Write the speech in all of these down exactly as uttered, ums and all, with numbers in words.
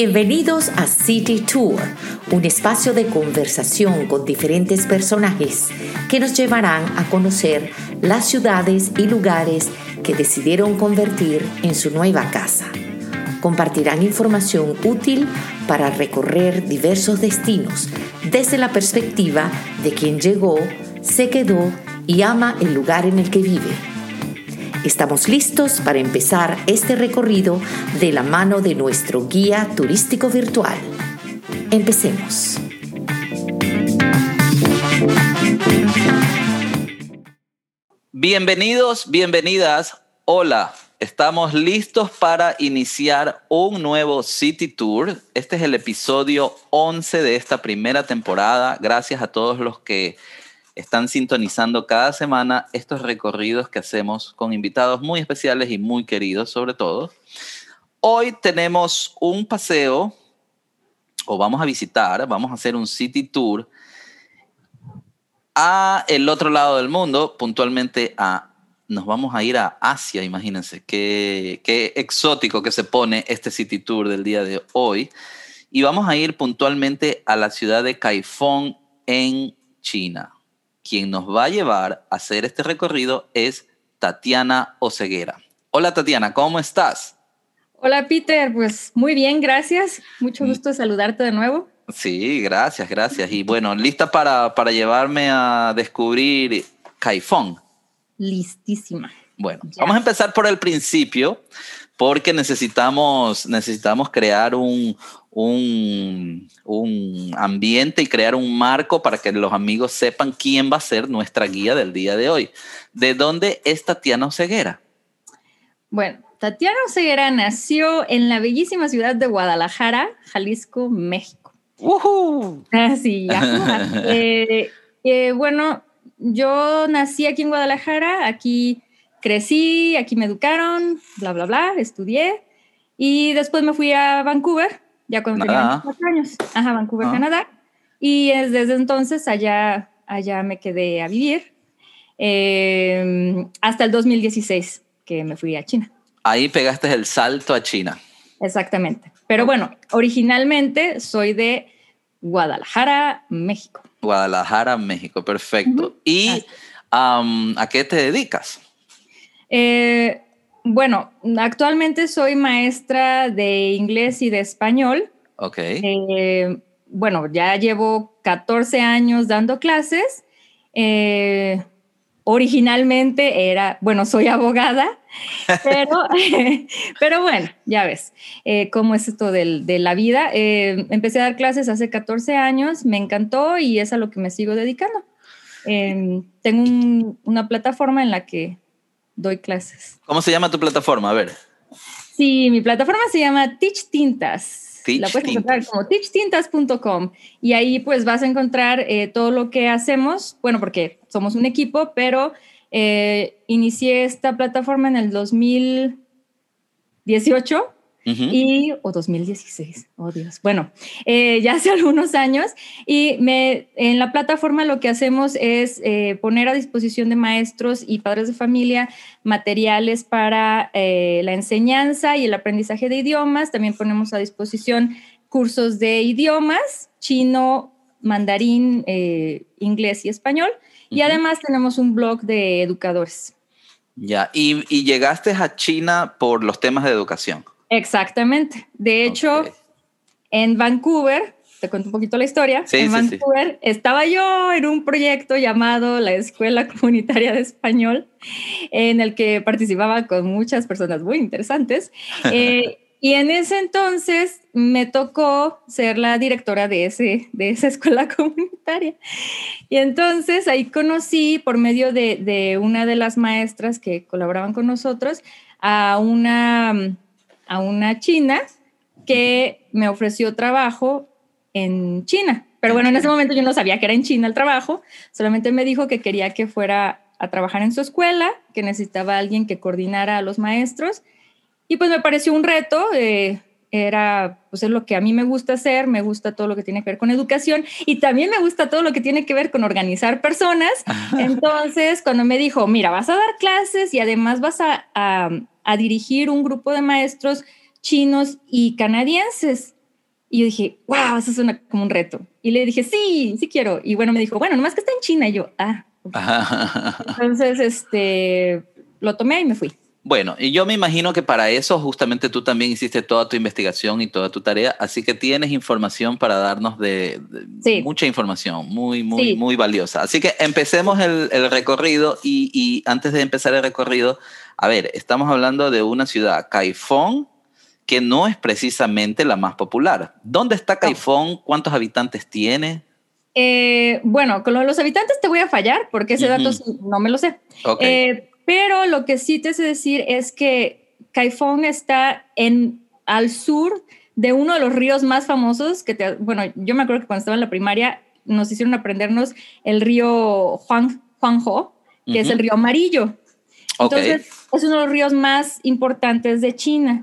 Bienvenidos a City Tour, un espacio de conversación con diferentes personajes que nos llevarán a conocer las ciudades y lugares que decidieron convertir en su nueva casa. Compartirán información útil para recorrer diversos destinos desde la perspectiva de quien llegó, se quedó y ama el lugar en el que vive. Estamos listos para empezar este recorrido de la mano de nuestro guía turístico virtual. Empecemos. Bienvenidos, bienvenidas. Hola, estamos listos para iniciar un nuevo City Tour. Este es el episodio once de esta primera temporada. Gracias a todos los que están sintonizando cada semana estos recorridos que hacemos con invitados muy especiales y muy queridos sobre todo. Hoy tenemos un paseo, o vamos a visitar, vamos a hacer un City Tour a el otro lado del mundo, puntualmente a, nos vamos a ir a Asia, imagínense, qué, qué exótico que se pone este City Tour del día de hoy. Y vamos a ir puntualmente a la ciudad de Kaifeng en China. Quien nos va a llevar a hacer este recorrido es Tatiana Oseguera. Hola Tatiana, ¿cómo estás? Hola Peter, pues muy bien, gracias. Mucho gusto saludarte de nuevo. Sí, gracias, gracias. Y bueno, ¿lista para, para llevarme a descubrir Kaifeng? Listísima. Bueno, ya. Vamos a empezar por el principio porque necesitamos, necesitamos crear un, un, un ambiente y crear un marco para que los amigos sepan quién va a ser nuestra guía del día de hoy. ¿De dónde es Tatiana Oseguera? Bueno, Tatiana Oseguera nació en la bellísima ciudad de Guadalajara, Jalisco, México. ¡Woohoo! Ah, sí, ya. eh, eh, bueno, yo nací aquí en Guadalajara, aquí crecí, aquí me educaron, bla, bla, bla, estudié. Y después me fui a Vancouver, ya cuando tenía veinticuatro años. Ajá, Vancouver, ah. Canadá. Y es, desde entonces allá, allá me quedé a vivir eh, hasta el dos mil dieciséis, que me fui a China. Ahí pegaste el salto a China. Exactamente. Pero bueno, originalmente soy de Guadalajara, México. Guadalajara, México, perfecto. Uh-huh. ¿Y um, a qué te dedicas? Eh, bueno, actualmente soy maestra de inglés y de español. Ok. Eh, bueno, ya llevo catorce años dando clases. Eh, originalmente era, bueno, soy abogada, pero, pero bueno, ya ves eh, cómo es esto del, de la vida. Eh, empecé a dar clases hace catorce años, me encantó y es a lo que me sigo dedicando. Eh, tengo un, una plataforma en la que doy clases. ¿Cómo se llama tu plataforma? A ver. Sí, mi plataforma se llama Teach Tintas. Teach la puedes Tintas. encontrar como teach tintas punto com y ahí pues vas a encontrar eh, todo lo que hacemos, bueno, porque somos un equipo, pero eh, inicié esta plataforma en el dos mil dieciocho uh-huh. y, o dos mil dieciséis, oh Dios, bueno, eh, ya hace algunos años y me, en la plataforma lo que hacemos es eh, poner a disposición de maestros y padres de familia materiales para eh, la enseñanza y el aprendizaje de idiomas. También ponemos a disposición cursos de idiomas, chino, mandarín, eh, inglés y español. Uh-huh. Y además tenemos un blog de educadores. Ya, y, y llegaste a China por los temas de educación. Exactamente. De hecho, okay. en Vancouver, te cuento un poquito la historia, sí, en sí, Vancouver sí. estaba yo en un proyecto llamado la Escuela Comunitaria de Español, en el que participaba con muchas personas muy interesantes. Eh, y en ese entonces me tocó ser la directora de, ese, de esa escuela comunitaria. Y entonces ahí conocí, por medio de, de una de las maestras que colaboraban con nosotros, a una... a una china que me ofreció trabajo en China. Pero bueno, en ese momento yo no sabía que era en China el trabajo, solamente me dijo que quería que fuera a trabajar en su escuela, que necesitaba a alguien que coordinara a los maestros, y pues me pareció un reto, eh, era, pues es lo que a mí me gusta hacer, me gusta todo lo que tiene que ver con educación, y también me gusta todo lo que tiene que ver con organizar personas. Entonces, cuando me dijo, mira, vas a dar clases y además vas a, a, a dirigir un grupo de maestros chinos y canadienses, Y yo dije, wow, eso suena como un reto. Y le dije, sí, sí quiero. Y bueno, me dijo, bueno, nomás que está en China. Y yo, ah, okay. Entonces, este, lo tomé y me fui. Bueno, y yo me imagino que para eso justamente tú también hiciste toda tu investigación y toda tu tarea, así que tienes información para darnos de, de sí. mucha información, muy, muy, sí. muy valiosa. Así que empecemos el, el recorrido y, y antes de empezar el recorrido, a ver, estamos hablando de una ciudad, Kaifeng, que no es precisamente la más popular. ¿Dónde está Kaifeng? ¿Cuántos habitantes tiene? Eh, bueno, con los habitantes te voy a fallar porque ese uh-huh. dato sí, no me lo sé. Okay. Eh, pero lo que sí te sé decir es que Kaifeng está en, al sur de uno de los ríos más famosos que te, bueno, yo me acuerdo que cuando estaba en la primaria nos hicieron aprendernos el río Huang, Huanghe, que uh-huh. es el río amarillo. Okay. Entonces, es uno de los ríos más importantes de China.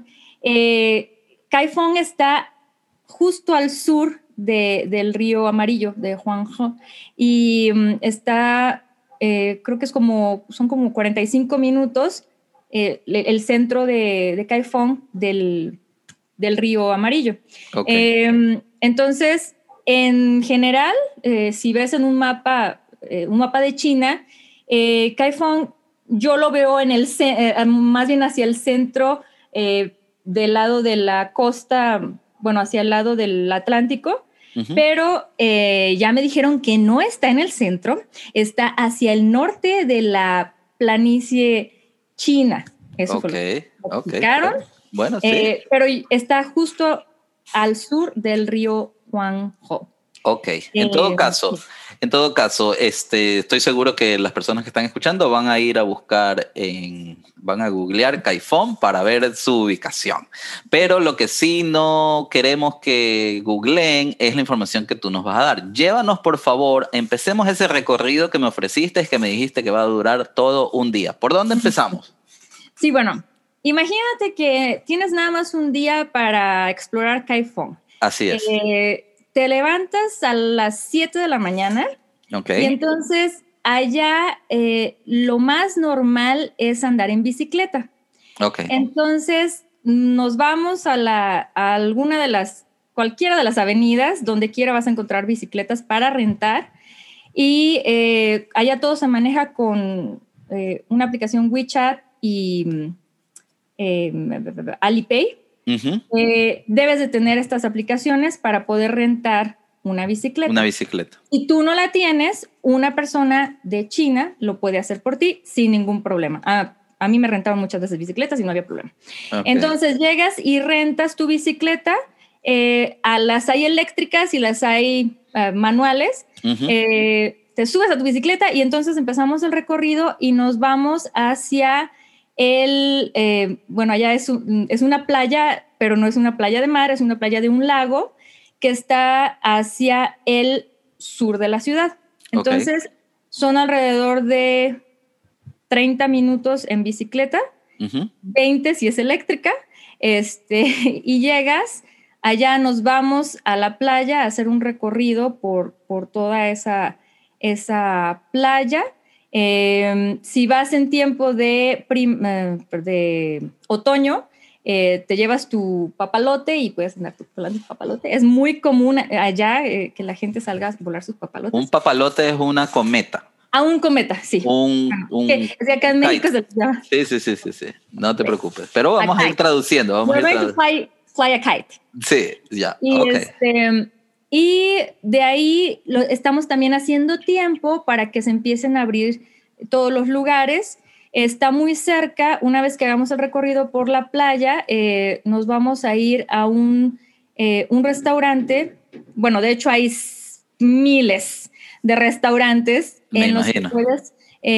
Eh, Kaifeng está justo al sur de, del río amarillo, de Huanghe, y um, está... Eh, creo que es como, son como cuarenta y cinco minutos eh, el centro de, de Kaifeng del, del río amarillo. Okay. Eh, entonces, en general, eh, si ves en un mapa, eh, un mapa de China, eh, Kaifeng yo lo veo en el, eh, más bien hacia el centro eh, del lado de la costa, bueno, hacia el lado del Atlántico. Uh-huh. Pero eh, ya me dijeron que no está en el centro, está hacia el norte de la planicie china. Eso okay, fue lo que me okay, explicaron. bueno, bueno, sí. Eh, pero está justo al sur del río Huanghe. Ok, en todo eh, caso, sí. en todo caso, este, estoy seguro que las personas que están escuchando van a ir a buscar, en, van a googlear Kaifeng para ver su ubicación. Pero lo que sí no queremos que googleen es la información que tú nos vas a dar. Llévanos, por favor, empecemos ese recorrido que me ofreciste, que me dijiste que va a durar todo un día. ¿Por dónde empezamos? Sí, bueno, imagínate que tienes nada más un día para explorar Kaifeng. Así es. Eh, Te levantas a las siete de la mañana okay. y entonces allá eh, lo más normal es andar en bicicleta. Okay. Entonces nos vamos a, la, a alguna de las, cualquiera de las avenidas, donde quiera vas a encontrar bicicletas para rentar y eh, allá todo se maneja con eh, una aplicación WeChat y eh, Alipay. Uh-huh. Eh, debes de tener estas aplicaciones para poder rentar una bicicleta. Una bicicleta. Si tú no la tienes, una persona de China lo puede hacer por ti sin ningún problema. A, a mí me rentaban muchas veces bicicletas y no había problema. Okay. Entonces llegas y rentas tu bicicleta. Eh, a las hay eléctricas y las hay uh, manuales. Uh-huh. Eh, te subes a tu bicicleta y entonces empezamos el recorrido y nos vamos hacia... El, eh, bueno, allá es, un, es una playa, pero no es una playa de mar, es una playa de un lago que está hacia el sur de la ciudad. Entonces, okay. son alrededor de treinta minutos en bicicleta, uh-huh. veinte si es eléctrica, este, y llegas, allá nos vamos a la playa a hacer un recorrido por, por toda esa, esa playa. Eh, si vas en tiempo de, prim, eh, de otoño, eh, te llevas tu papalote y puedes andar volando tu papalote. Es muy común allá eh, que la gente salga a volar sus papalotes. Un papalote es una cometa. Ah, un cometa, sí. Un, bueno, un que, o sea, acá en México se llama. Sí, sí, sí, sí, sí. No te preocupes. Pero vamos a, a ir traduciendo. Vamos We're a ir going to fly, fly a kite. Sí, ya. Y okay. este... Y de ahí lo, estamos también haciendo tiempo para que se empiecen a abrir todos los lugares. Está muy cerca, una vez que hagamos el recorrido por la playa, eh, nos vamos a ir a un, eh, un restaurante. Bueno, de hecho hay miles de restaurantes Me en imagino. los que puedes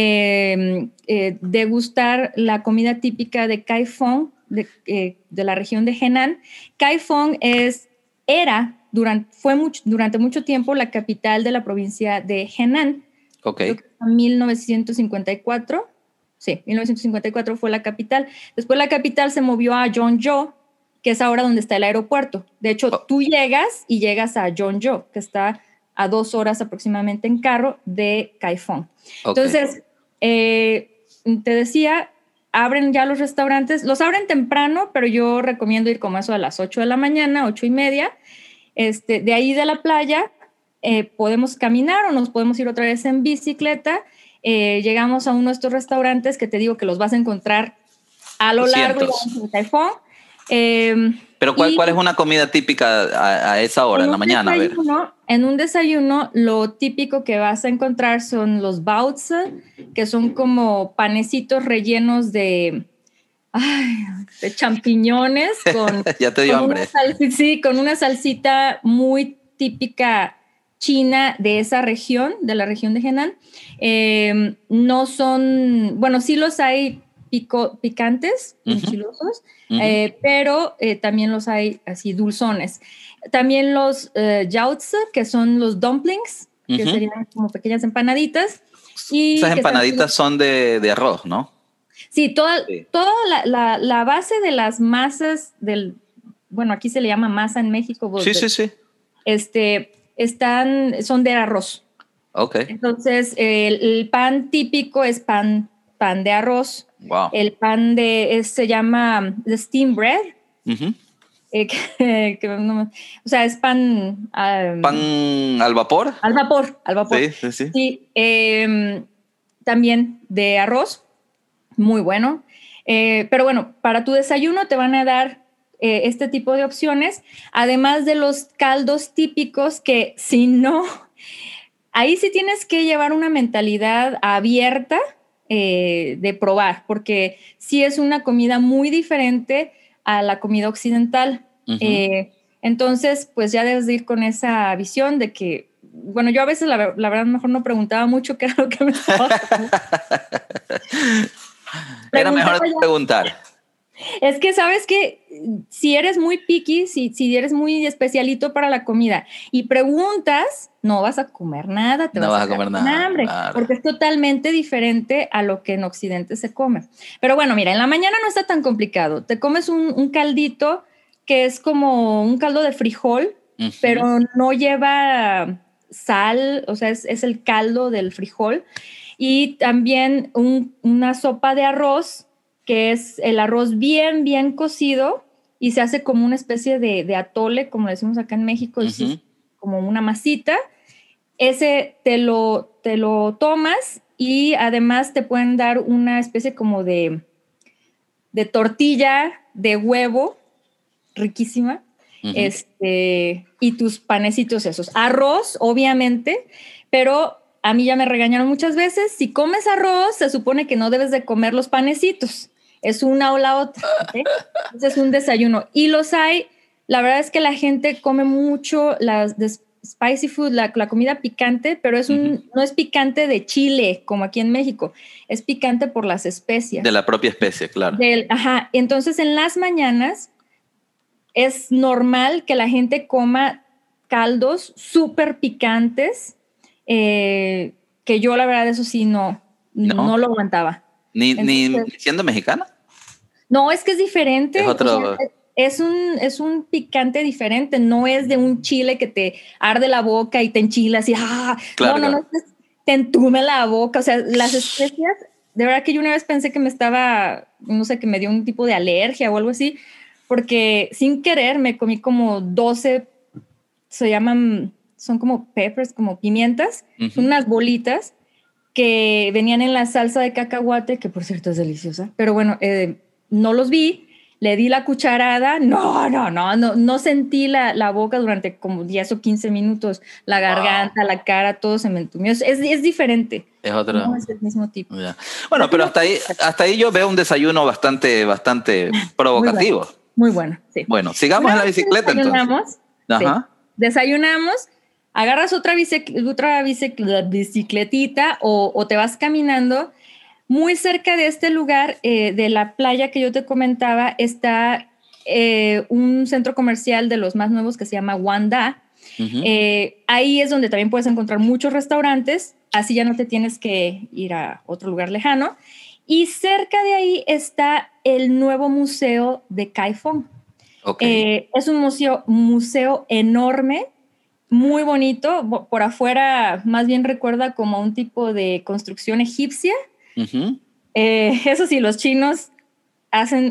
eh, eh, degustar la comida típica de Kaifeng, de, eh, de la región de Henan. Kaifeng es, era... Durante, fue mucho, durante mucho tiempo la capital de la provincia de Henan. Ok. En mil novecientos cincuenta y cuatro. Sí, mil novecientos cincuenta y cuatro fue la capital. Después la capital se movió a Zhongzhou, que es ahora donde está el aeropuerto. De hecho, oh. tú llegas y llegas a Zhongzhou, que está a dos horas aproximadamente en carro de Kaifeng. Okay. Entonces, eh, te decía, abren ya los restaurantes. Los abren temprano, pero yo recomiendo ir como eso a las ocho de la mañana, ocho y media. Este, de ahí de la playa eh, podemos caminar o nos podemos ir otra vez en bicicleta. Eh, llegamos a uno de estos restaurantes que te digo que los vas a encontrar a lo largo del Taifón. Eh, Pero ¿cuál, ¿cuál es una comida típica a, a esa hora, en, en la mañana? Desayuno, a ver. En un desayuno, lo típico que vas a encontrar son los baozi, que son como panecitos rellenos de, ay, de champiñones. Con, ya te dio con hambre. Una salsita, sí, con una salsita muy típica china de esa región, de la región de Henan. Eh, no son, bueno, sí los hay pico, picantes, uh-huh. enchilosos, uh-huh. eh, pero eh, también los hay así dulzones. También los eh, jiaozi, que son los dumplings, uh-huh. que serían como pequeñas empanaditas. Y esas empanaditas son de, de arroz, ¿no? Sí, toda, sí. toda la, la, la base de las masas del, bueno, aquí se le llama masa en México. Sí, de, sí, sí. Este, están, son de arroz. Ok. Entonces, el, el pan típico es pan, pan de arroz. Wow. El pan de, es, se llama the steam bread. Uh-huh. eh, que, que no, o sea, es pan... Um, ¿Pan al vapor? Al vapor, al vapor. Sí, sí, sí. Sí, eh, también de arroz, muy bueno. Eh, pero bueno, para tu desayuno te van a dar eh, este tipo de opciones, además de los caldos típicos que si no, ahí sí tienes que llevar una mentalidad abierta eh, de probar, porque sí es una comida muy diferente a la comida occidental. Uh-huh. Eh, entonces, pues ya debes de ir con esa visión de que, bueno, yo a veces la, la verdad mejor no preguntaba mucho qué era lo que me estaba haciendo. Era mejor preguntar. Es que sabes que si eres muy picky, si, si eres muy especialito para la comida y preguntas, no vas a comer nada, te no vas, vas a comer nada, hambre, claro. Porque es totalmente diferente a lo que en Occidente se come. Pero bueno, mira, en la mañana no está tan complicado. Te comes un, un caldito que es como un caldo de frijol, uh-huh. pero no lleva sal, o sea, es, es el caldo del frijol. Y también un, una sopa de arroz, que es el arroz bien, bien cocido y se hace como una especie de, de atole, como decimos acá en México, uh-huh. es como una masita. Ese te lo, te lo tomas y además te pueden dar una especie como de, de tortilla de huevo, riquísima, uh-huh. este, y tus panecitos esos. Arroz, obviamente, pero a mí ya me regañaron muchas veces, si comes arroz, se supone que no debes de comer los panecitos. Es una o la otra. ¿Okay? Entonces es un desayuno. Y los hay, la verdad es que la gente come mucho las de spicy food, la, la comida picante, pero es un, uh-huh. no es picante de chile, como aquí en México. Es picante por las especias. De la propia especie, claro. Del, ajá. Entonces en las mañanas es normal que la gente coma caldos súper picantes, eh, que yo la verdad eso sí no, no, no lo aguantaba. ¿Ni, Entonces, ni siendo mexicana? No, es que es diferente. Es otro... O sea, es, un, es un picante diferente. No es de un chile que te arde la boca y te enchilas y ¡ah! Claro, no, no, claro. no, te entume la boca. O sea, las especias, de verdad que yo una vez pensé que me estaba, no sé, que me dio un tipo de alergia o algo así, porque sin querer me comí como doce, se llaman, son como peppers, como pimientas, uh-huh. son unas bolitas que venían en la salsa de cacahuate, que por cierto es deliciosa, pero bueno, eh, no los vi, le di la cucharada, no, no, no, no, no sentí la, la boca durante como diez o quince minutos, la garganta, wow. la cara, todo se me entumió, es, es diferente. Es otro. No es el mismo tipo. Yeah. Bueno, pero hasta ahí, hasta ahí yo veo un desayuno bastante, bastante provocativo. Muy bueno, muy bueno sí. Bueno, sigamos bueno, en la bicicleta entonces. Ajá. Sí. Desayunamos, agarras otra, bicic- otra bicic- bicicletita o, o te vas caminando. Muy cerca de este lugar, eh, de la playa que yo te comentaba, está eh, un centro comercial de los más nuevos que se llama Wanda. Uh-huh. Eh, ahí es donde también puedes encontrar muchos restaurantes, así ya no te tienes que ir a otro lugar lejano. Y cerca de ahí está el nuevo museo de Kaifeng. Okay. Eh, es un museo, museo enorme, muy bonito. Por afuera más bien recuerda como un tipo de construcción egipcia. Uh-huh. Eh, eso sí, los chinos hacen,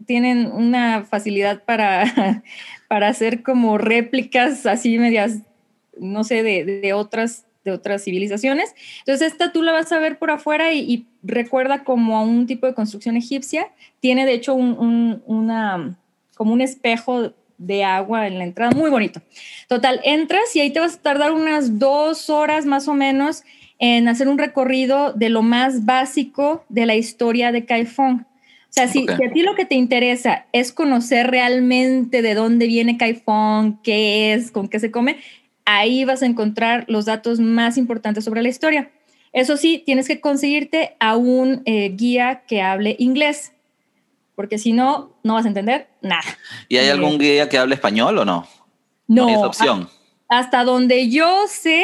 tienen una facilidad para, para hacer como réplicas así medias, no sé, de, de, otras, de otras civilizaciones. Entonces esta tú la vas a ver por afuera y, y recuerda como a un tipo de construcción egipcia. Tiene de hecho un, un, una, como un espejo de agua en la entrada, muy bonito. Total, entras y ahí te vas a tardar unas dos horas más o menos en hacer un recorrido de lo más básico de la historia de Kaifong. O sea, si, okay. si a ti lo que te interesa es conocer realmente de dónde viene Kaifong, qué es, con qué se come, ahí vas a encontrar los datos más importantes sobre la historia. Eso sí, tienes que conseguirte a un eh, guía que hable inglés, porque si no, no vas a entender nada. ¿Y hay algún guía que hable español o no? No, no hay esa opción. A, hasta donde yo sé,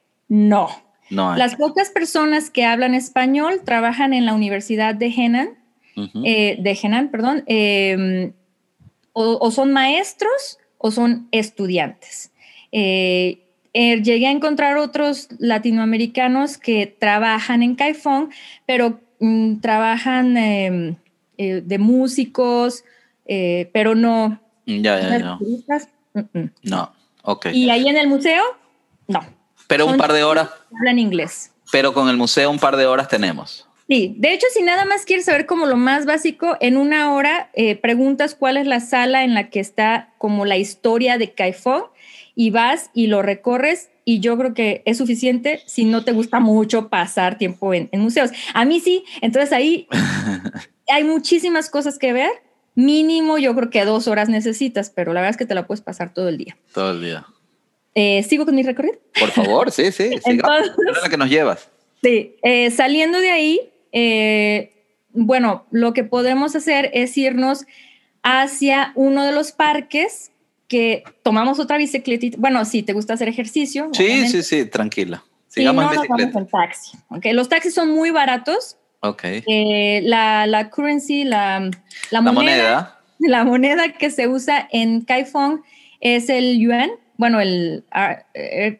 no. no hay. Las pocas personas que hablan español trabajan en la Universidad de Henan, uh-huh. eh, de Henan, perdón, eh, o, o son maestros o son estudiantes. Eh, eh, llegué a encontrar otros latinoamericanos que trabajan en Kaifong, pero mm, trabajan eh, eh, de músicos, eh, pero no. Ya, ya, ya. Uh-uh. No, ok. Y ahí en el museo, no. Pero un Son par de horas. Hablan inglés. Pero con el museo un par de horas tenemos. Sí, de hecho, si nada más quieres saber como lo más básico, en una hora eh, preguntas cuál es la sala en la que está como la historia de Kaifong y vas y lo recorres y yo creo que es suficiente si no te gusta mucho pasar tiempo en, en museos. A mí sí, entonces ahí hay muchísimas cosas que ver. Mínimo yo creo que dos horas necesitas, pero la verdad es que te la puedes pasar todo el día. Todo el día. Eh, ¿Sigo con mi recorrido? Por favor, sí, sí. Entonces, es la que nos llevas. Sí, eh, saliendo de ahí, eh, bueno, lo que podemos hacer es irnos hacia uno de los parques que tomamos otra bicicletita. Bueno, si te gusta hacer ejercicio. Sí, obviamente. sí, sí, tranquila. Sigamos si no, en bicicleta. Nos vamos en taxi. Okay. Los taxis son muy baratos. Okay. Eh, la, la currency, la, la, la moneda, moneda. La moneda que se usa en Kaifong es el yuan. Bueno, el R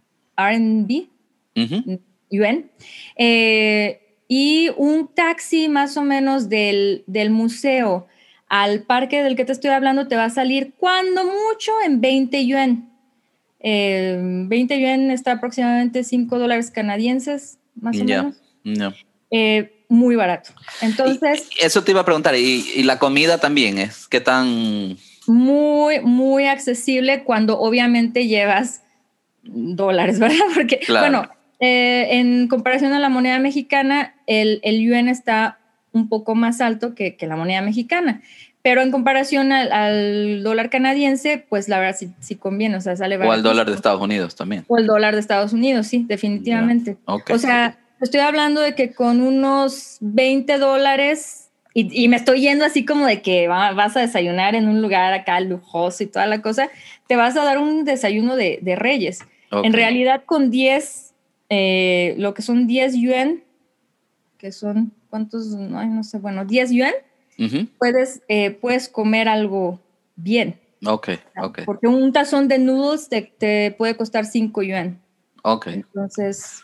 and B. Uh-huh. Yuan. Eh, y un taxi más o menos del, del museo al parque del que te estoy hablando te va a salir cuando mucho en veinte yuan. Eh, veinte yuan está aproximadamente cinco dólares canadienses, más o yeah. menos. Yeah. Eh, muy barato. Entonces... Y, eso te iba a preguntar, ¿y, y la comida también es? ¿Qué tan...? Muy, muy accesible cuando obviamente llevas dólares, ¿verdad? Porque, claro. bueno... Eh, en comparación a la moneda mexicana, el, el yuan está un poco más alto que, que la moneda mexicana, pero en comparación al, al dólar canadiense, pues la verdad sí, sí conviene, o sea, sale barato. O al dólar de Estados Unidos también. O el dólar de Estados Unidos, sí, definitivamente. Yeah. Okay. O sea, estoy hablando de que con unos veinte dólares, y, y me estoy yendo así como de que va, vas a desayunar en un lugar acá lujoso y toda la cosa, te vas a dar un desayuno de, de reyes. Okay. En realidad con diez... Eh, lo que son diez yuan, que son, ¿cuántos? Ay, no sé, bueno, diez yuan, uh-huh. puedes, eh, puedes comer algo bien. Ok, ok. Porque un tazón de noodles te, te puede costar cinco yuan. Ok. Entonces,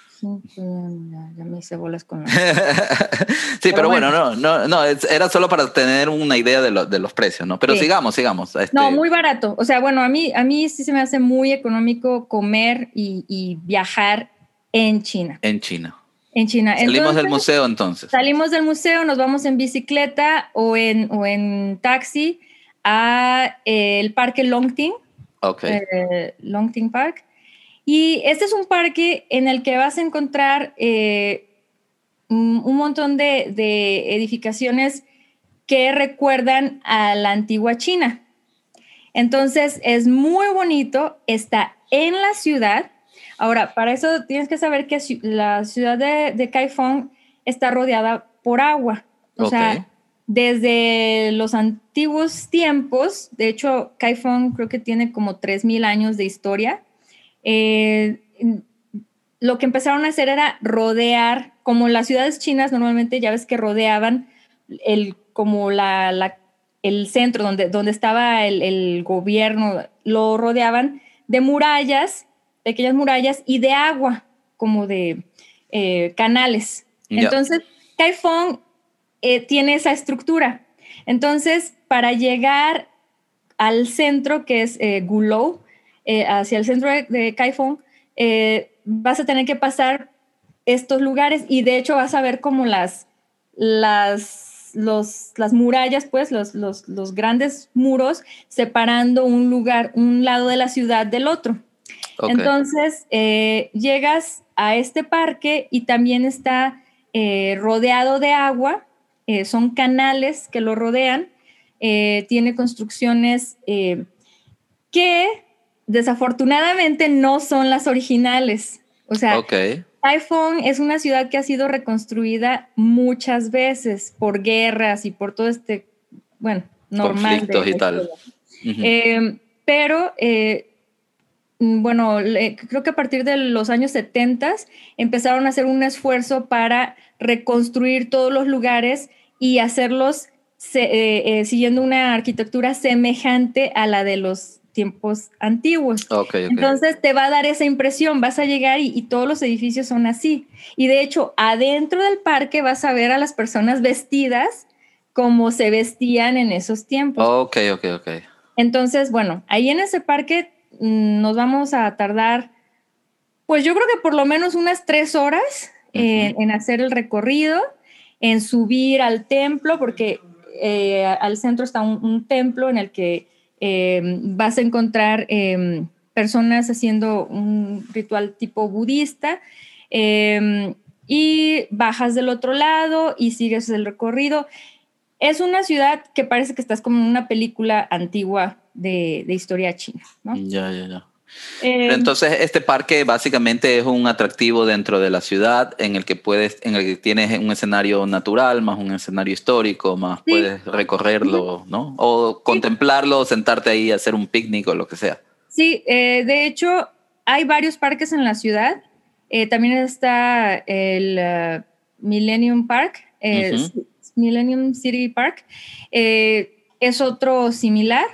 ya, ya me hice bolas con la... Sí, pero, pero bueno, bueno, no, no, no, era solo para tener una idea de, lo, de los precios, ¿no? Pero sí. sigamos, sigamos. Este... No, muy barato. O sea, bueno, a mí, a mí sí se me hace muy económico comer y, y viajar en China. En China. En China. Salimos entonces, del museo entonces. Salimos del museo, nos vamos en bicicleta o en, o en taxi a eh, el parque Longting. Ok. Eh, Longting Park. Y este es un parque en el que vas a encontrar eh, un, un montón de, de edificaciones que recuerdan a la antigua China. Entonces es muy bonito, está en la ciudad. Ahora, para eso tienes que saber que la ciudad de, de Kaifong está rodeada por agua. O okay. sea, desde los antiguos tiempos, de hecho, Kaifong creo que tiene como tres mil años de historia. Eh, lo que empezaron a hacer era rodear, como las ciudades chinas normalmente ya ves que rodeaban el, como la, la, el centro donde, donde estaba el, el gobierno, lo rodeaban de murallas, pequeñas murallas y de agua, como de eh, canales. Yeah. Entonces, Kaifong eh, tiene esa estructura. Entonces, para llegar al centro, que es eh, Gulou, eh, hacia el centro de, de Kaifeng, eh, vas a tener que pasar estos lugares y de hecho vas a ver como las, las, los, las murallas, pues los, los, los grandes muros separando un lugar, un lado de la ciudad del otro. Okay. Entonces, eh, llegas a este parque y también está eh, rodeado de agua, eh, son canales que lo rodean, eh, tiene construcciones eh, que desafortunadamente no son las originales. O sea, okay. Kaifeng es una ciudad que ha sido reconstruida muchas veces por guerras y por todo este, bueno, normal. Conflictos de, y tal. Uh-huh. Eh, pero, eh, bueno, le, creo que a partir de los años setenta empezaron a hacer un esfuerzo para reconstruir todos los lugares y hacerlos se, eh, eh, siguiendo una arquitectura semejante a la de los tiempos antiguos. Okay, okay. Entonces te va a dar esa impresión, vas a llegar y, y todos los edificios son así. Y de hecho, adentro del parque vas a ver a las personas vestidas como se vestían en esos tiempos. Ok, ok, ok. Entonces, bueno, ahí en ese parque mmm, nos vamos a tardar, pues yo creo que por lo menos unas tres horas uh-huh. eh, en hacer el recorrido, en subir al templo, porque eh, al centro está un, un templo en el que Eh, vas a encontrar eh, personas haciendo un ritual tipo budista eh, y bajas del otro lado y sigues el recorrido. Es una ciudad que parece que estás como en una película antigua de, de historia china, ¿no? Ya, ya, ya. Eh, Entonces, este parque básicamente es un atractivo dentro de la ciudad en el que puedes, en el que tienes un escenario natural, más un escenario histórico, más sí. puedes recorrerlo, ¿no? O sí. contemplarlo, sentarte ahí, hacer un picnic o lo que sea. Sí, eh, de hecho, hay varios parques en la ciudad. Eh, también está el uh, Millennium Park, eh, uh-huh. Millennium City Park. Eh, es otro similar.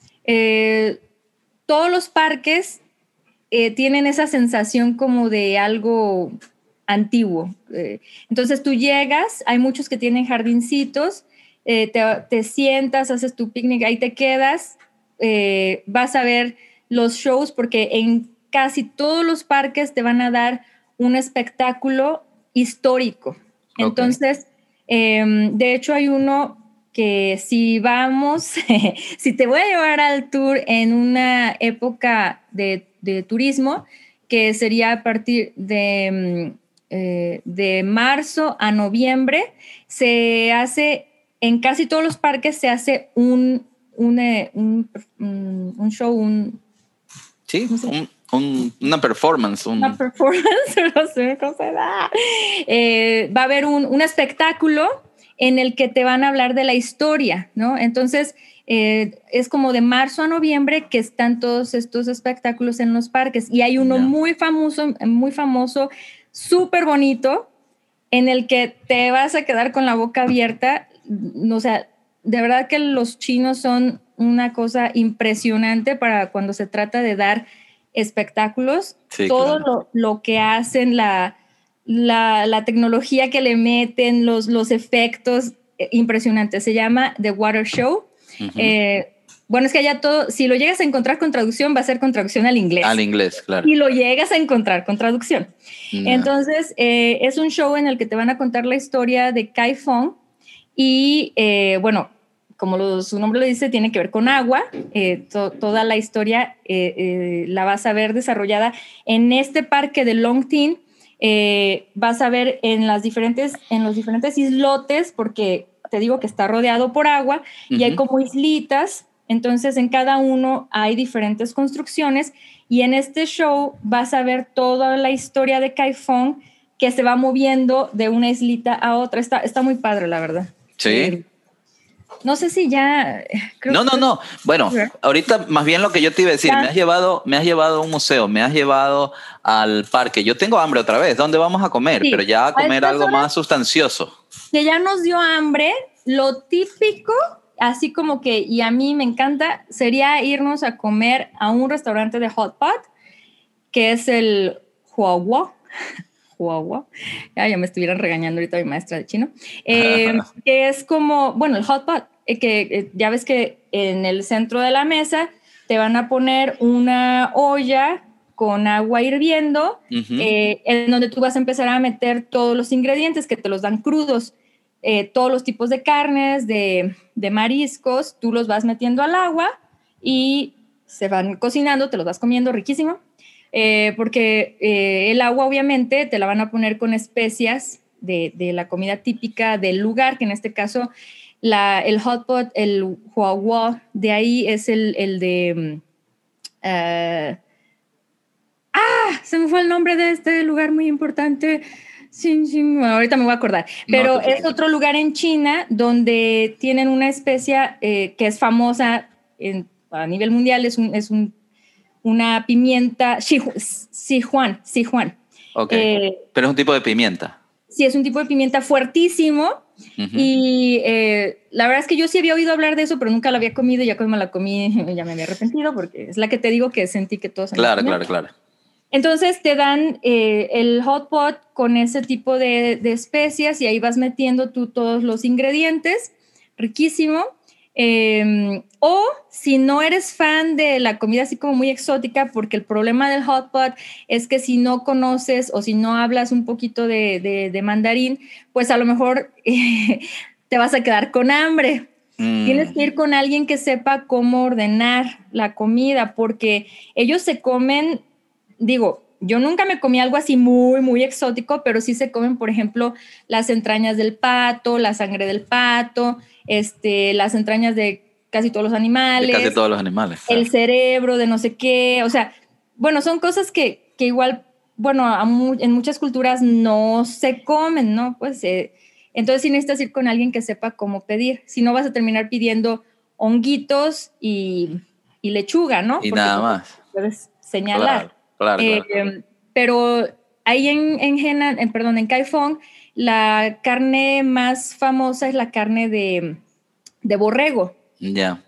Eh, Todos los parques eh, tienen esa sensación como de algo antiguo. Eh, entonces tú llegas, hay muchos que tienen jardincitos, eh, te, te sientas, haces tu picnic, ahí te quedas, eh, vas a ver los shows porque en casi todos los parques te van a dar un espectáculo histórico. Okay. Entonces, eh, de hecho hay uno que si vamos, si te voy a llevar al tour en una época de, de turismo, que sería a partir de, eh, de marzo a noviembre, se hace, en casi todos los parques se hace un, un, un, un, un show, un... Sí, no sé. un, un, una performance. Un... Una performance, no sé cómo se da. Eh, va a haber un, un espectáculo en el que te van a hablar de la historia, ¿no? Entonces, eh, es como de marzo a noviembre que están todos estos espectáculos en los parques. Y hay uno yeah. muy famoso, muy famoso, súper bonito, en el que te vas a quedar con la boca abierta. O sea, de verdad que los chinos son una cosa impresionante para cuando se trata de dar espectáculos. Sí, Todo claro. lo, lo que hacen, la... La, la tecnología que le meten, los, los efectos eh, impresionantes. Se llama The Water Show. Uh-huh. Eh, bueno, es que allá todo, si lo llegas a encontrar con traducción, va a ser con traducción al inglés. Al inglés, claro. Y lo llegas a encontrar con traducción. No. Entonces, eh, es un show en el que te van a contar la historia de Kaifeng y, eh, bueno, como lo, su nombre lo dice, tiene que ver con agua. Eh, to, toda la historia eh, eh, la vas a ver desarrollada en este parque de Longting. Eh, vas a ver en, las diferentes, en los diferentes islotes, porque te digo que está rodeado por agua, uh-huh. y hay como islitas, entonces en cada uno hay diferentes construcciones, y en este show vas a ver toda la historia de Kaifeng que se va moviendo de una islita a otra. Está, está muy padre, la verdad. Sí. Eh, No sé si ya... Creo no, no, que... no. Bueno, ahorita más bien lo que yo te iba a decir, me has llevado, me has llevado a un museo, me has llevado al parque. Yo tengo hambre otra vez. ¿Dónde vamos a comer? Sí, pero ya a comer a algo más sustancioso. Que ya nos dio hambre. Lo típico, así como que, y a mí me encanta, sería irnos a comer a un restaurante de hot pot, que es el Huahua. Huahua. Ya, ya me estuvieran regañando ahorita mi maestra de chino. Eh, que es como, bueno, el hot pot eh, que eh, ya ves que en el centro de la mesa te van a poner una olla con agua hirviendo, Uh-huh. eh, en donde tú vas a empezar a meter todos los ingredientes que te los dan crudos, eh, todos los tipos de carnes, de, de mariscos, tú los vas metiendo al agua y se van cocinando, te los vas comiendo riquísimo, eh, porque eh, el agua obviamente te la van a poner con especias de, de la comida típica del lugar, que en este caso la, el hot pot, el huahua, de ahí es el, el de... Uh, ¡Ah! Se me fue el nombre de este lugar muy importante. Sí, sí, bueno, ahorita me voy a acordar. Pero no, es otro lugar en China donde tienen una especia eh, que es famosa en, a nivel mundial. Es, un, es un, una pimienta Sichuan. Sichuan. Ok, eh, pero es un tipo de pimienta. Sí, es un tipo de pimienta fuertísimo. Uh-huh. Y eh, la verdad es que yo sí había oído hablar de eso, pero nunca la había comido. Y ya cuando me la comí ya me había arrepentido, porque es la que te digo que sentí que todos... Claro, claro, claro. Entonces te dan eh, el hot pot con ese tipo de, de especias y ahí vas metiendo tú todos los ingredientes, riquísimo. Eh, o si no eres fan de la comida así como muy exótica, porque el problema del hot pot es que si no conoces o si no hablas un poquito de, de, de mandarín, pues a lo mejor eh, te vas a quedar con hambre. Mm. Tienes que ir con alguien que sepa cómo ordenar la comida, porque ellos se comen... Digo, yo nunca me comí algo así muy, muy exótico, pero sí se comen, por ejemplo, las entrañas del pato, la sangre del pato, este, las entrañas de casi todos los animales. De casi todos los animales. Claro. El cerebro de no sé qué. O sea, bueno, son cosas que, que igual, bueno, a mu- en muchas culturas no se comen, ¿no? Pues eh, entonces sí necesitas ir con alguien que sepa cómo pedir. Si no, vas a terminar pidiendo honguitos y, y lechuga, ¿no? Y porque nada más. Puedes señalar. Claro. Claro, eh, claro. Pero ahí en, en, Henan, en, perdón, en Kaifeng, la carne más famosa es la carne de, de borrego. Ya. Yeah.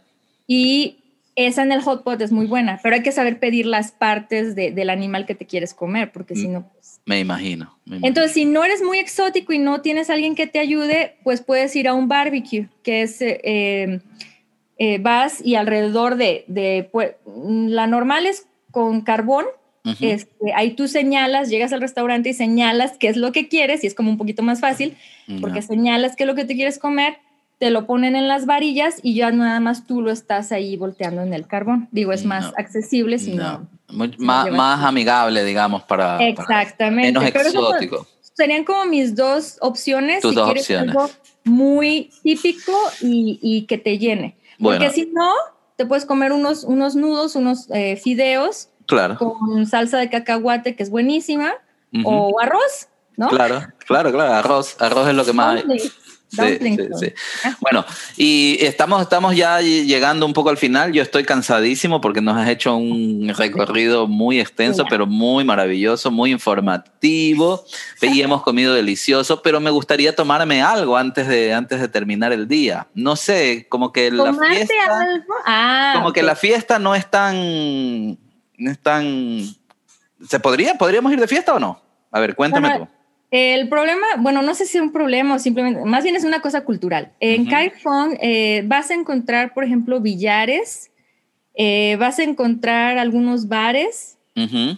Y esa en el hot pot es muy buena, pero hay que saber pedir las partes de, del animal que te quieres comer, porque si no... Pues... Me imagino, me imagino. Entonces, si no eres muy exótico y no tienes a alguien que te ayude, pues puedes ir a un barbecue, que es... Eh, eh, vas y alrededor de... de pues, la normal es con carbón. Uh-huh. Este, ahí tú señalas, llegas al restaurante y señalas qué es lo que quieres, y es como un poquito más fácil, no. porque señalas qué es lo que te quieres comer, te lo ponen en las varillas y ya nada más tú lo estás ahí volteando en el carbón. Digo, es más no. accesible, si no. Muy, si más, más amigable, digamos, para. Exactamente. Para menos Pero exótico. Eso, serían como mis dos opciones. Tus si dos quieres opciones. Algo muy típico y, y que te llene. Porque bueno. si no, te puedes comer unos, unos nudos, unos eh, fideos. Claro. Con salsa de cacahuate, que es buenísima, uh-huh. o arroz, ¿no? Claro, claro, claro, arroz, arroz es lo que más Dumpling. hay. Dumpling. Sí, sí, sí. Bueno, y estamos, estamos ya llegando un poco al final. Yo estoy cansadísimo porque nos has hecho un recorrido muy extenso, pero muy maravilloso, muy informativo, y hemos comido delicioso, pero me gustaría tomarme algo antes de, antes de terminar el día. No sé, como que la fiesta, algo? Ah, como okay. que la fiesta no es tan... No es tan... ¿Se podría? ¿Podríamos ir de fiesta o no? A ver, cuéntame bueno, tú. El problema, bueno, no sé si es un problema o simplemente, más bien es una cosa cultural. En uh-huh. Kaifeng eh, vas a encontrar, por ejemplo, billares, eh, vas a encontrar algunos bares, uh-huh.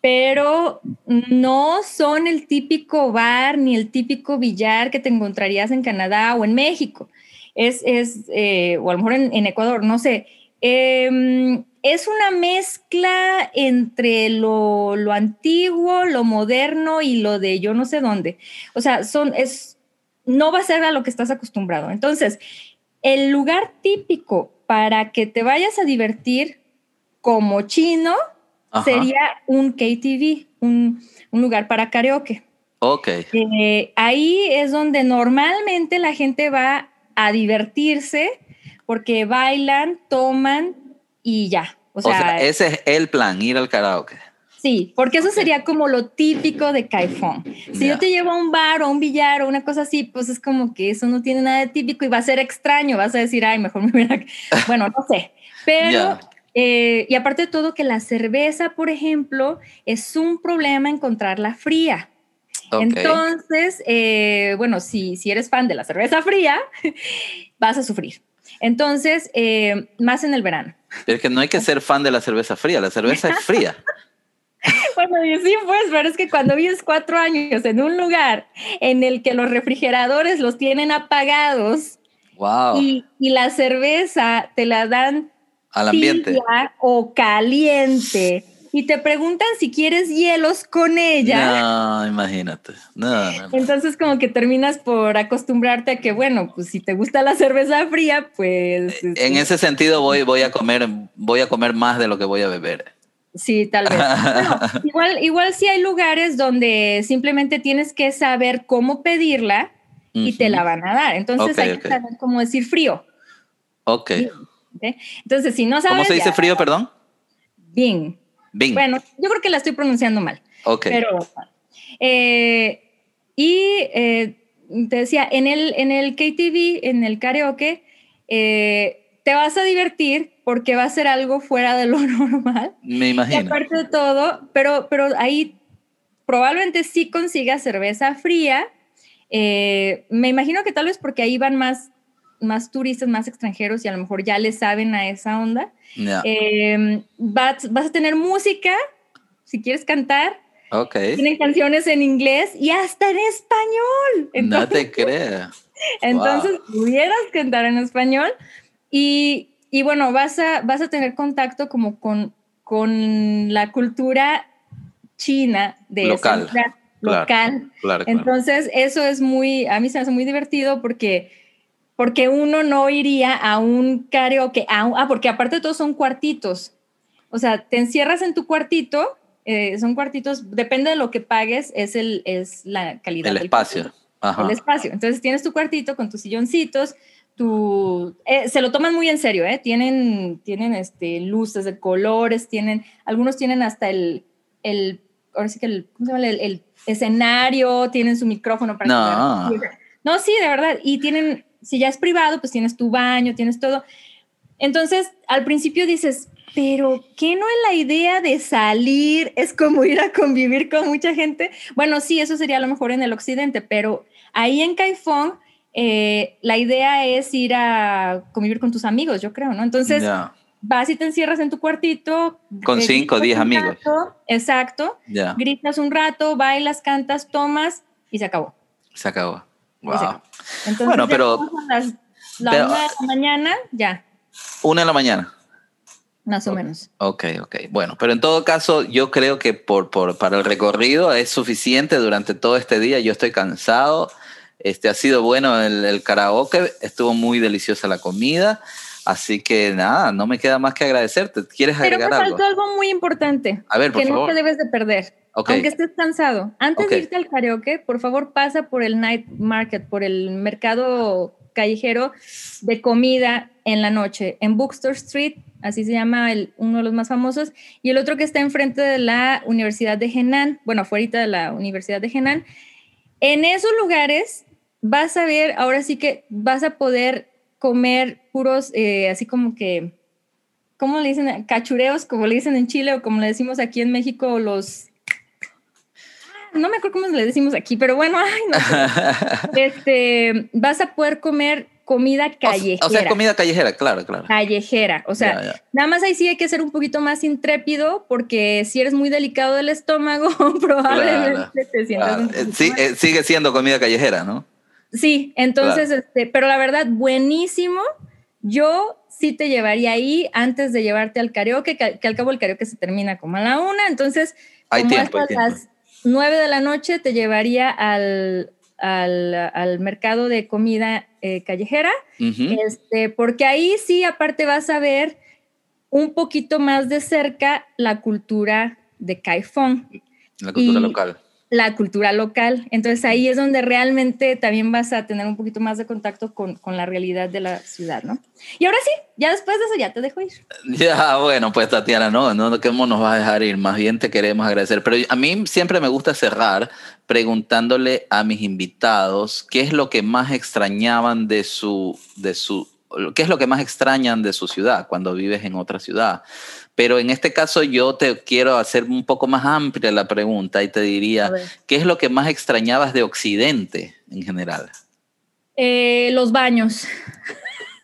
pero no son el típico bar ni el típico billar que te encontrarías en Canadá o en México. Es, es eh, o a lo mejor en, en Ecuador, no sé. Eh, es una mezcla entre lo, lo antiguo, lo moderno y lo de yo no sé dónde. O sea, son, es, no va a ser a lo que estás acostumbrado. Entonces, el lugar típico para que te vayas a divertir como chino Ajá. sería un K T V, un, un lugar para karaoke. Ok. Eh, ahí es donde normalmente la gente va a divertirse porque bailan, toman y ya. O sea, o sea, ese es el plan, ir al karaoke. Sí, porque eso okay. sería como lo típico de Kaifeng. Si yeah. yo te llevo a un bar o a un billar o una cosa así, pues es como que eso no tiene nada de típico y va a ser extraño. Vas a decir, ay, mejor me hubiera... Bueno, no sé. Pero, yeah. eh, y aparte de todo, que la cerveza, por ejemplo, es un problema encontrarla fría. Okay. Entonces, eh, bueno, si, si eres fan de la cerveza fría, vas a sufrir. Entonces, eh, más en el verano. Pero es que no hay que ser fan de la cerveza fría, la cerveza es fría. Bueno, y sí, pues, pero es que cuando vives cuatro años en un lugar en el que los refrigeradores los tienen apagados Wow. y, y la cerveza te la dan al ambiente tibia o caliente y te preguntan si quieres hielos con ella. No, imagínate. No, no, no. Entonces como que terminas por acostumbrarte a que, bueno, pues si te gusta la cerveza fría, pues... En este, ese sentido voy, voy, a comer, voy a comer más de lo que voy a beber. Sí, tal vez. Bueno, igual, igual sí hay lugares donde simplemente tienes que saber cómo pedirla y Uh-huh. te la van a dar. Entonces okay, hay okay. que saber cómo decir frío. Ok. Bien, ¿okay? Entonces, si no sabes... ¿Cómo se dice ya, frío, perdón? Bing. Bing. Bueno, yo creo que la estoy pronunciando mal. Ok. Pero, eh, y eh, te decía, en el, en el K T V, en el karaoke, eh, te vas a divertir porque va a ser algo fuera de lo normal. Me imagino. Y aparte de todo, pero, pero ahí probablemente sí consigas cerveza fría. Eh, me imagino que tal vez porque ahí van más, más turistas, más extranjeros y a lo mejor ya le saben a esa onda. Yeah. Eh, vas, vas a tener música, si quieres cantar. Okay. Tienen canciones en inglés y hasta en español. Entonces, no te creas. Entonces, Wow. pudieras cantar en español y, y bueno, vas a, vas a tener contacto como con, con la cultura china de local. ese lugar, Claro, local. Claro, Entonces, claro. eso es muy, a mí se me hace muy divertido porque, porque uno no iría a un karaoke, a un, ah, porque aparte de todo son cuartitos. O sea, te encierras en tu cuartito. Eh, son cuartitos, depende de lo que pagues, es, el, es la calidad el del espacio. Ajá. El espacio. Entonces tienes tu cuartito con tus silloncitos, tu, eh, se lo toman muy en serio, ¿eh? Tienen, tienen este, luces de colores, tienen, algunos tienen hasta el, el ahora sí que el, ¿cómo se llama? El, el escenario, tienen su micrófono para no. que... No, sí, de verdad. Y tienen, si ya es privado, pues tienes tu baño, tienes todo. Entonces, al principio dices, pero ¿qué no es la idea de salir? Es como ir a convivir con mucha gente. Bueno, sí, eso sería a lo mejor en el occidente, pero ahí en Kaifeng eh, la idea es ir a convivir con tus amigos, yo creo, ¿no? Entonces, yeah. vas y te encierras en tu cuartito. Con eh, cinco o diez amigos. Rato, exacto. Yeah. Gritas un rato, bailas, cantas, tomas y se acabó. Se acabó. Wow. Se acabó. Entonces, bueno, pero... Las, la pero, una de la mañana, ya. Una de la mañana. Más o menos. Ok, ok. Bueno, pero en todo caso, yo creo que por, por, para el recorrido es suficiente durante todo este día. Yo estoy cansado. Este, ha sido bueno el, el karaoke. Estuvo muy deliciosa la comida. Así que nada, no me queda más que agradecerte. ¿Quieres agregar algo? Pero me faltó algo, algo muy importante. A ver, por que favor. no te debes de perder. Okay. Aunque estés cansado. Antes okay. de irte al karaoke, por favor pasa por el night market, por el mercado callejero de comida en la noche, en Bookstore Street, así se llama el, uno de los más famosos, y el otro que está enfrente de la Universidad de Henan, bueno, afuera de la Universidad de Henan. En esos lugares vas a ver, ahora sí que vas a poder comer puros, eh, así como que, ¿cómo le dicen? Cachureos, como le dicen en Chile, o como le decimos aquí en México, los... No me acuerdo cómo le decimos aquí, pero bueno, ay, no sé. este, vas a poder comer comida callejera. O sea, comida callejera, claro, claro. Callejera, o sea, yeah, yeah. nada más ahí sí hay que ser un poquito más intrépido, porque si eres muy delicado del estómago, probablemente claro, te sientas claro. un poquito sí, más. Eh, sigue siendo comida callejera, ¿no? Sí, entonces, claro. este, pero la verdad, buenísimo. Yo sí te llevaría ahí antes de llevarte al karaoke, que, que al cabo el karaoke se termina como a la una, entonces, hay como tiempo, hasta hay tiempo. las nueve de la noche te llevaría al, al, al mercado de comida eh, callejera, uh-huh. este, porque ahí sí, aparte vas a ver un poquito más de cerca la cultura de Kaifeng. La cultura local. La cultura local. Entonces ahí es donde realmente también vas a tener un poquito más de contacto con, con la realidad de la ciudad, ¿no? Y ahora sí, ya después de eso ya te dejo ir. Ya, bueno, pues Tatiana, no, no, ¿cómo nos vas a dejar ir? Más bien te queremos agradecer. Pero a mí siempre me gusta cerrar preguntándole a mis invitados qué es lo que más extrañaban de su, de su, qué es lo que más extrañan de su ciudad cuando vives en otra ciudad. Pero en este caso yo te quiero hacer un poco más amplia la pregunta y te diría, ¿qué es lo que más extrañabas de Occidente en general? Eh, los baños.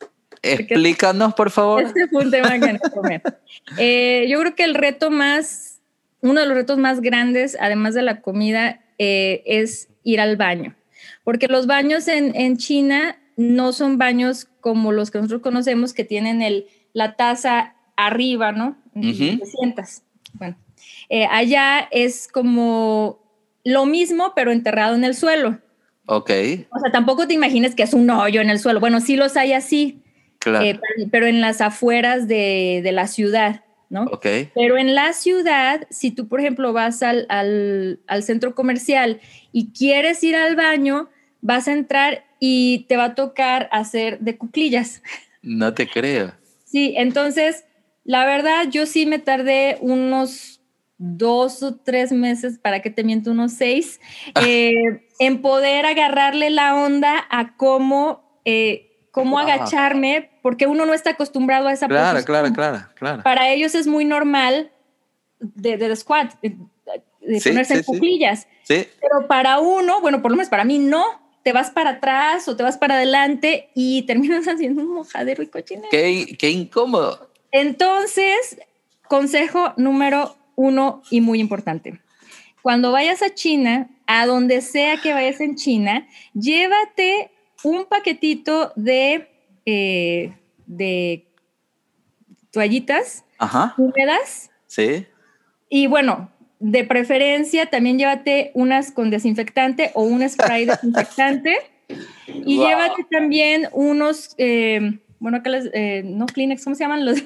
Explícanos, por favor. Este fue un tema que nos comer. Eh, yo creo que el reto más, uno de los retos más grandes, además de la comida, eh, es ir al baño. Porque los baños en, en China no son baños como los que nosotros conocemos, que tienen el, la taza arriba, ¿no? Uh-huh. Te sientas. Bueno, eh, allá es como lo mismo, pero enterrado en el suelo. Ok. O sea, tampoco te imagines que es un hoyo en el suelo. Bueno, sí los hay así, claro. eh, pero, pero en las afueras de, de la ciudad, ¿no? Ok. Pero en la ciudad, si tú, por ejemplo, vas al, al, al centro comercial y quieres ir al baño, vas a entrar y te va a tocar hacer de cuclillas. No te creo. Sí, entonces, la verdad, yo sí me tardé unos dos o tres meses, para que te miento, unos seis, eh, en poder agarrarle la onda a cómo, eh, cómo wow. agacharme, porque uno no está acostumbrado a esa claro, posición. Claro, claro, claro. Para ellos es muy normal de, de squat, de, de sí, ponerse sí, en cuclillas. Sí. Pero para uno, bueno, por lo menos para mí no, te vas para atrás o te vas para adelante y terminas haciendo un mojadero y cochinero. Qué, qué incómodo. Entonces, consejo número uno y muy importante. Cuando vayas a China, a donde sea que vayas en China, llévate un paquetito de, eh, de toallitas Ajá. húmedas. Sí. Y bueno, de preferencia también llévate unas con desinfectante o un spray desinfectante. Y wow. llévate también unos, eh, bueno, acá les, eh, no Kleenex, ¿cómo se llaman los?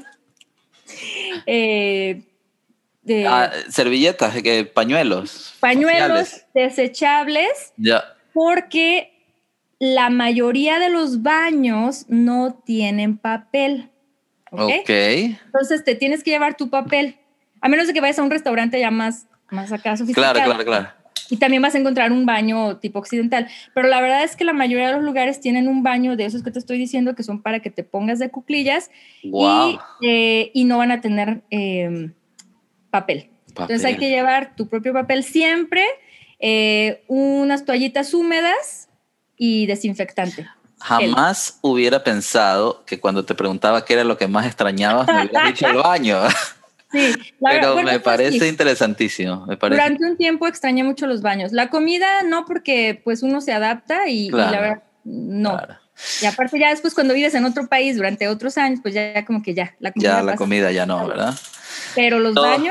eh, De ah, servilletas, que, pañuelos. Pañuelos faciales. Desechables. Ya. Porque la mayoría de los baños no tienen papel. ¿Okay? Ok. Entonces te tienes que llevar tu papel. A menos de que vayas a un restaurante ya más, más acá sofisticado. Claro, claro, claro. Y también vas a encontrar un baño tipo occidental. Pero la verdad es que la mayoría de los lugares tienen un baño de esos que te estoy diciendo, que son para que te pongas de cuclillas. Wow. Y, eh, y no van a tener eh, papel. papel. Entonces hay que llevar tu propio papel siempre, eh, unas toallitas húmedas y desinfectante. Jamás el. hubiera pensado que cuando te preguntaba qué era lo que más extrañabas, me hubieras dicho el baño. Sí, la pero bueno, me parece sí. interesantísimo. Me parece. Durante un tiempo extrañé mucho los baños. La comida no, porque pues uno se adapta y, claro, y la verdad no. Claro. Y aparte ya después cuando vives en otro país durante otros años, pues ya, ya como que ya. La comida ya la pasa. comida ya no, ¿verdad? Pero los todo, baños.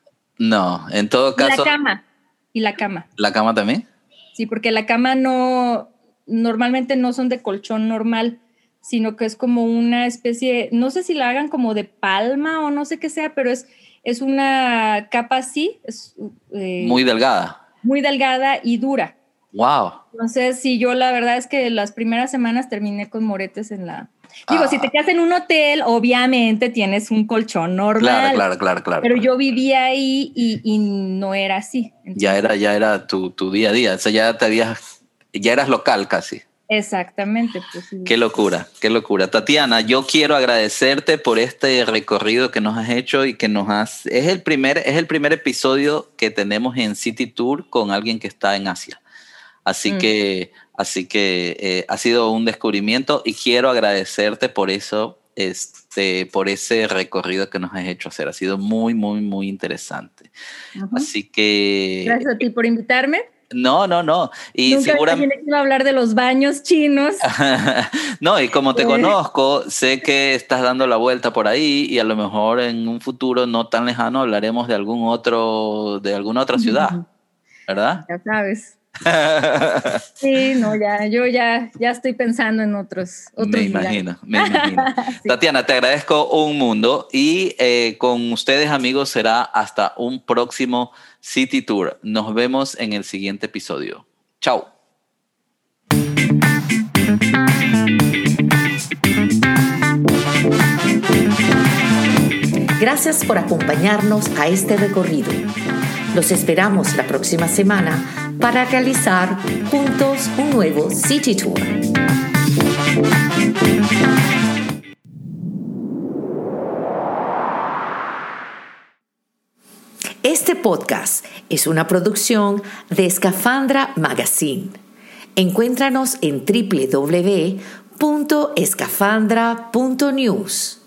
No, en todo caso. Y la cama. Y la cama. ¿La cama también? Sí, porque la cama no, normalmente no son de colchón normal, sino que es como una especie, no sé si la hagan como de palma o no sé qué sea, pero es, es una capa así. Es, eh, muy delgada. Muy delgada y dura. Wow. Entonces, sí, yo la verdad es que las primeras semanas terminé con moretes en la... Digo, ah. si te quedas en un hotel, obviamente tienes un colchón normal. Claro, claro, claro, claro. Pero claro. yo vivía ahí y, y no era así. Entonces, ya era, ya era tu, tu día a día. O sea, ya te habías, ya eras local casi. Exactamente. Pues, sí. Qué locura, qué locura. Tatiana, yo quiero agradecerte por este recorrido que nos has hecho y que nos has... Es el primer, es el primer episodio que tenemos en City Tour con alguien que está en Asia. Así mm. que, así que eh, ha sido un descubrimiento y quiero agradecerte por eso, este, por ese recorrido que nos has hecho hacer. Ha sido muy, muy, muy interesante. Uh-huh. Así que... Gracias a ti por invitarme. No, no, no. Y nunca seguramente iba a hablar de los baños chinos. No, y como te eh. conozco, sé que estás dando la vuelta por ahí y a lo mejor en un futuro no tan lejano hablaremos de algún otro, de alguna otra ciudad, ¿verdad? Ya sabes. Sí, no, ya, yo ya, ya estoy pensando en otros, otros me imagino, me imagino. Sí. Tatiana, te agradezco un mundo y eh, con ustedes, amigos, será hasta un próximo City Tour. Nos vemos en el siguiente episodio. Chao. Gracias por acompañarnos a este recorrido. Los esperamos la próxima semana para realizar juntos un nuevo City Tour. Este podcast es una producción de Escafandra Magazine. Encuéntranos en doble u doble u doble u punto escafandra punto news.